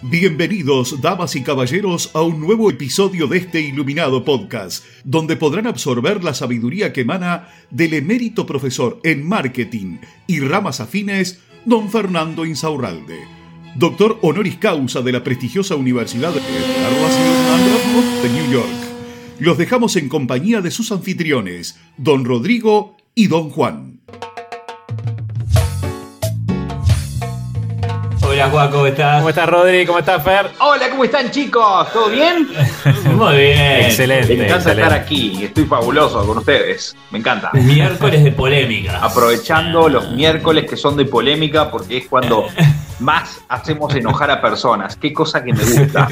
Bienvenidos, damas y caballeros, a un nuevo episodio de este iluminado podcast, donde podrán absorber la sabiduría que emana del emérito profesor en marketing y ramas afines, don Fernando Insaurralde, doctor honoris causa de la prestigiosa Universidad de New York. Los dejamos en compañía de sus anfitriones, don Rodrigo y don Juan. Hola Juan, ¿cómo estás? ¿Cómo estás, Rodri? ¿Cómo estás, Fer? Hola, ¿cómo están, chicos? ¿Todo bien? Muy bien. Excelente. Me encanta estar aquí, estoy fabuloso con ustedes. Me encanta. Miércoles de polémica. Aprovechando los miércoles que son de polémica, porque es cuando más hacemos enojar a personas. Qué cosa que me gusta.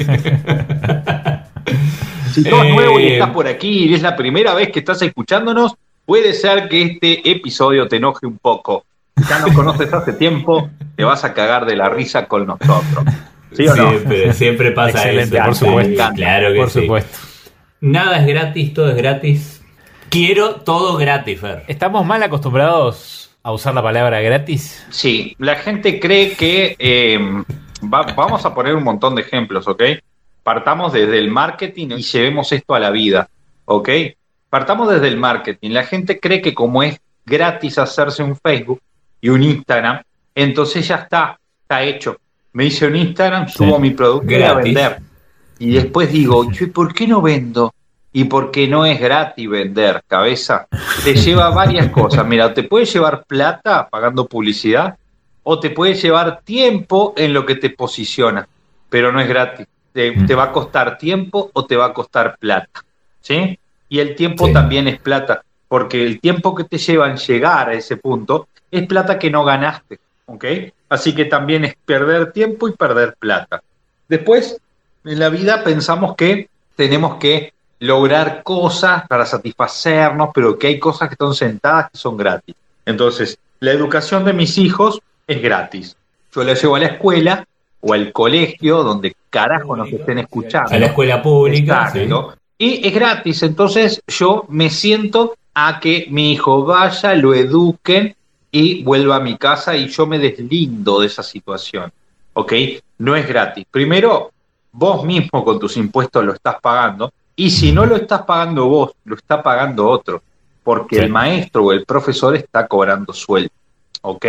Si sos nuevo y estás por aquí y es la primera vez que estás escuchándonos, puede ser que este episodio te enoje un poco. Si ya nos conoces hace tiempo, te vas a cagar de la risa con nosotros. ¿Sí o no? Siempre pasa. Excelente, eso. por supuesto. Claro que por sí. supuesto. Nada es gratis, todo es gratis. Quiero todo gratis, Fer. ¿Estamos mal acostumbrados a usar la palabra gratis? Sí, la gente cree que... vamos a poner un montón de ejemplos, ¿ok? Partamos desde el marketing y llevemos esto a la vida, ¿ok? Partamos desde el marketing. La gente cree que como es gratis hacerse un Facebook y un Instagram, entonces ya está hecho. Me hice un Instagram, subo mi producto y a vender. Y después digo, ¿por qué no vendo? Y porque no es gratis vender, cabeza. Te lleva varias cosas. Mira, te puede llevar plata pagando publicidad o te puede llevar tiempo en lo que te posiciona, pero no es gratis. Te va a costar tiempo o te va a costar plata, ¿sí? Y el tiempo también es plata, porque el tiempo que te lleva en llegar a ese punto es plata que no ganaste, ¿ok? Así que también es perder tiempo y perder plata. Después, en la vida pensamos que tenemos que lograr cosas para satisfacernos, pero que hay cosas que están sentadas que son gratis. Entonces, la educación de mis hijos es gratis. Yo la llevo a la escuela o al colegio, donde carajo nos estén escuchando. A la escuela pública. Exacto. Sí. Y es gratis, entonces yo me siento a que mi hijo vaya, lo eduquen y vuelva a mi casa y yo me deslindo de esa situación, ¿ok? No es gratis. Primero, vos mismo con tus impuestos lo estás pagando, y si no lo estás pagando vos, lo está pagando otro, porque el maestro o el profesor está cobrando sueldo, ¿ok?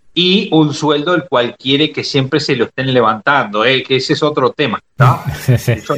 Y un sueldo el cual quiere que siempre se lo estén levantando, que ese es otro tema, ¿no? Yo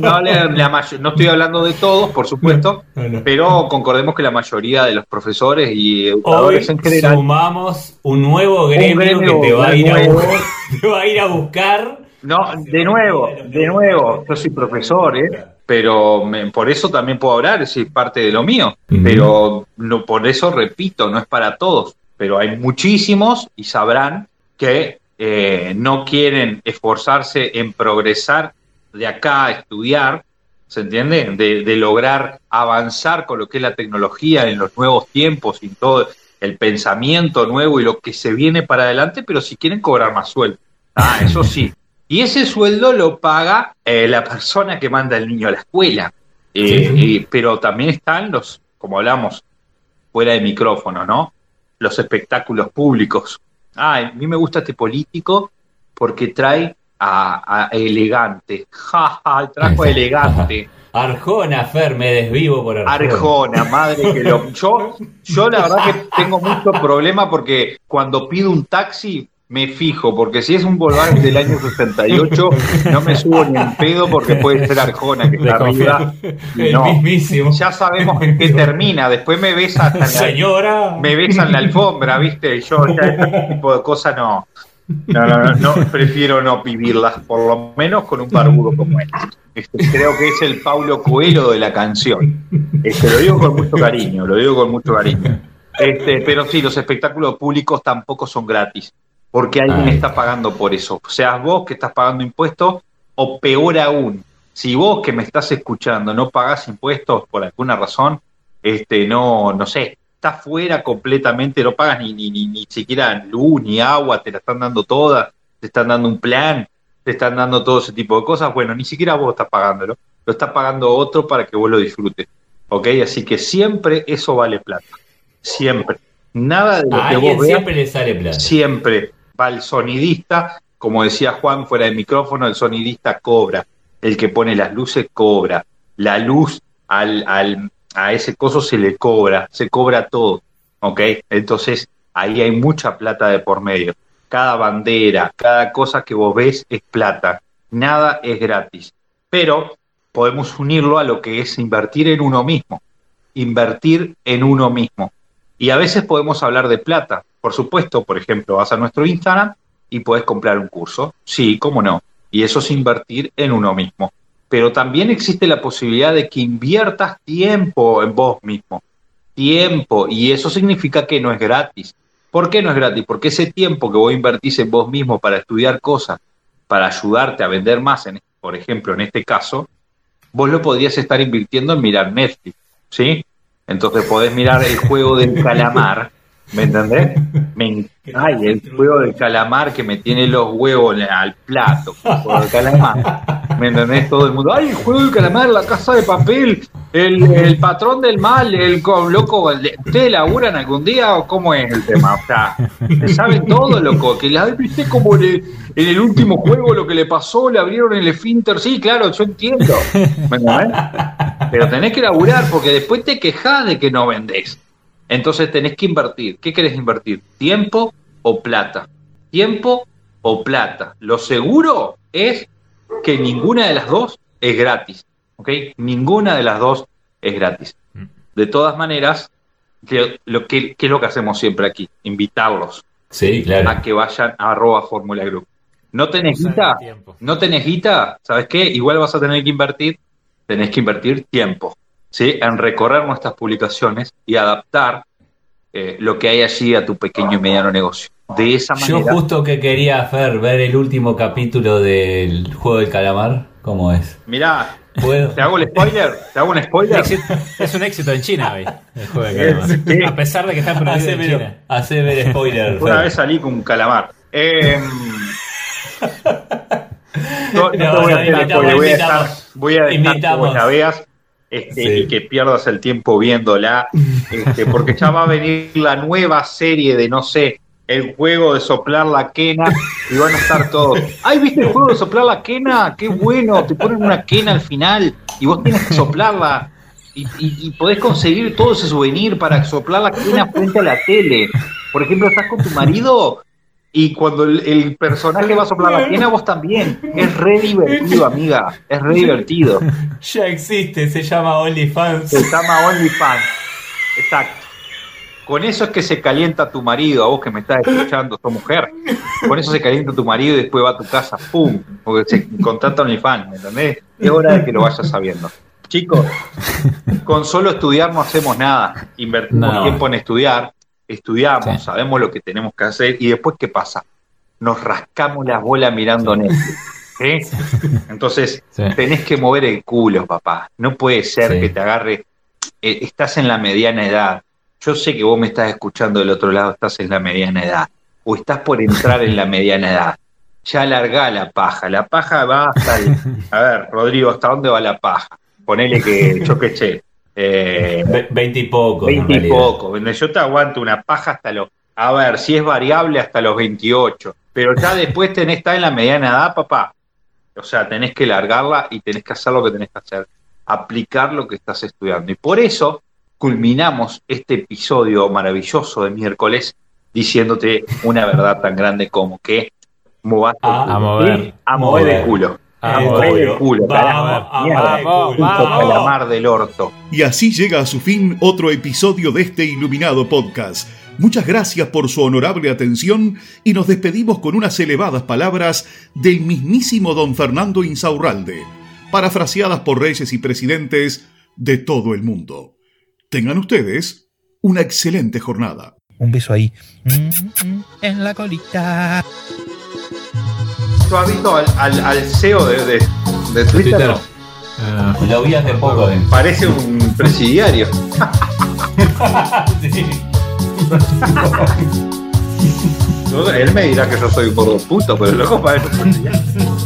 no estoy hablando de todos, por supuesto, pero concordemos que la mayoría de los profesores y educadores hoy en general... sumamos un nuevo gremio que te va a ir a buscar. No, de nuevo, yo soy profesor, pero por eso también puedo hablar, es parte de lo mío, pero no, por eso repito, no es para todos. Pero hay muchísimos y sabrán que no quieren esforzarse en progresar de acá a estudiar, ¿se entiende? De lograr avanzar con lo que es la tecnología en los nuevos tiempos y todo el pensamiento nuevo y lo que se viene para adelante, pero si quieren cobrar más sueldo. Eso sí. Y ese sueldo lo paga la persona que manda al niño a la escuela. Pero también están los, como hablamos, fuera de micrófono, ¿no? Los espectáculos públicos. A mí me gusta este político porque trae a elegante. Trajo a elegante. Arjona, Fer, me desvivo por Arjona, madre que lo... Yo la verdad que tengo mucho problema porque cuando pido un taxi me fijo, porque si es un Volkswagen del año 68 no me subo ni en pedo porque puede ser Arjona que está arriba. El mismísimo. Ya sabemos en qué termina. Después me ves hasta señora. Me ves en la alfombra, ¿viste? Yo ya este tipo de cosas no, prefiero no vivirlas, por lo menos con un barbudo como este. Creo que es el Paulo Coelho de la canción. Lo digo con mucho cariño, pero sí, los espectáculos públicos tampoco son gratis. Porque alguien está pagando por eso. Seas vos que estás pagando impuestos, o peor aún, si vos que me estás escuchando no pagás impuestos por alguna razón, no sé, estás fuera completamente, no pagas ni siquiera luz, ni agua, te la están dando toda, te están dando un plan, te están dando todo ese tipo de cosas, bueno, ni siquiera vos estás pagándolo, lo está pagando otro para que vos lo disfrutes, ¿ok? Así que siempre eso vale plata, siempre. Nada de lo que vos veas, siempre le sale plata. siempre va el sonidista como decía Juan fuera de micrófono, el sonidista cobra, el que pone las luces cobra, la luz a ese coso se le cobra, se cobra todo, ¿ok? Entonces ahí hay mucha plata de por medio. Cada bandera, cada cosa que vos ves es plata, nada es gratis, pero podemos unirlo a lo que es invertir en uno mismo, y a veces podemos hablar de plata, por supuesto. Por ejemplo, vas a nuestro Instagram y puedes comprar un curso, sí, cómo no, y eso es invertir en uno mismo, pero también existe la posibilidad de que inviertas tiempo en vos mismo, tiempo, y eso significa que no es gratis. ¿Por qué no es gratis? Porque ese tiempo que vos invertís en vos mismo para estudiar cosas, para ayudarte a vender más, por ejemplo, en este caso, vos lo podrías estar invirtiendo en mirar Netflix, ¿sí? Entonces podés mirar el juego del calamar, ¿me entendés? Ay, el juego del calamar que me tiene los huevos al plato, el juego del calamar, ¿me entendés? Todo el mundo, ay, el juego del calamar, La Casa de Papel, el patrón del mal, loco, ¿ustedes laburan algún día o cómo es el tema? O sea, saben todo, loco, que viste como en el último juego lo que le pasó, le abrieron el esfínter, sí, claro, yo entiendo, ¿me entendés? Pero tenés que laburar porque después te quejás de que no vendés. Entonces tenés que invertir. ¿Qué querés invertir? ¿Tiempo o plata? Tiempo o plata. Lo seguro es que ninguna de las dos es gratis, ¿ok? Ninguna de las dos es gratis. De todas maneras, ¿qué es lo que hacemos siempre aquí? Invitarlos, sí, claro, a que vayan a @Formula Group. ¿No tenés guita? ¿No tenés guita? ¿Sabes qué? Igual vas a tener que invertir. Tenés que invertir tiempo, ¿sí? En recorrer nuestras publicaciones y adaptar lo que hay allí a tu pequeño y mediano negocio. De esa manera... Yo justo que quería, Fer, ver el último capítulo del Juego del Calamar. ¿Cómo es? Mirá, ¿puedo? ¿Te hago el spoiler? ¿Te hago un spoiler? Es un éxito en China hoy, el Juego del Calamar. Sí. A pesar de que está prohibido en China. Hacé ver spoiler, Una Fer. vez salí con un calamar. No te No, voy a hacer spoiler, voy a dejar que vos la veas Sí. y que pierdas el tiempo viéndola, porque ya va a venir la nueva serie de, no sé, el juego de soplar la quena, y van a estar todos, ¡ay, viste el juego de soplar la quena! ¡Qué bueno! Te ponen una quena al final y vos tienes que soplarla y podés conseguir todo ese souvenir para soplar la quena frente a la tele. Por ejemplo, estás con tu marido y cuando el personaje va a soplar la quena, vos también. Es re divertido, amiga. Es re divertido. Ya existe, se llama OnlyFans. Se llama OnlyFans. Exacto. Con eso es que se calienta tu marido, a vos que me estás escuchando, sos mujer. Con eso se calienta tu marido y después va a tu casa, ¡pum! Porque se contrata OnlyFans, ¿me entendés? Es hora de que lo vayas sabiendo. Chicos, con solo estudiar no hacemos nada. Invertimos tiempo en estudiar. Estudiamos, sabemos lo que tenemos que hacer y después ¿qué pasa? Nos rascamos las bolas mirando Netflix, ¿sí? Entonces tenés que mover el culo, papá. No puede ser que te agarre, estás en la mediana edad. Yo sé que vos me estás escuchando del otro lado, estás en la mediana edad o estás por entrar en la mediana edad. Ya largá la paja va hasta a ver, Rodrigo, ¿hasta dónde va la paja? Ponele que yo qué sé, 20 y poco. 20 y poco. Yo te aguanto una paja hasta los... A ver, si es variable hasta los 28. Pero ya después estar en la mediana edad, papá. O sea, tenés que largarla y tenés que hacer lo que tenés que hacer. Aplicar lo que estás estudiando. Y por eso culminamos este episodio maravilloso de miércoles diciéndote una verdad tan grande como que movás a mover. A mover el culo. A mover el culo, carajo. Calamar del orto. Y así llega a su fin otro episodio de este iluminado podcast. Muchas gracias por su honorable atención y nos despedimos con unas elevadas palabras del mismísimo don Fernando Insaurralde, parafraseadas por reyes y presidentes de todo el mundo. Tengan ustedes una excelente jornada. Un beso ahí en la colita. ¿Tú has visto al CEO de Twitter? Lo vi hace poco. Parece un presidiario. Sí. Él me dirá que yo soy un gordo puto, pero loco parece un presidiario.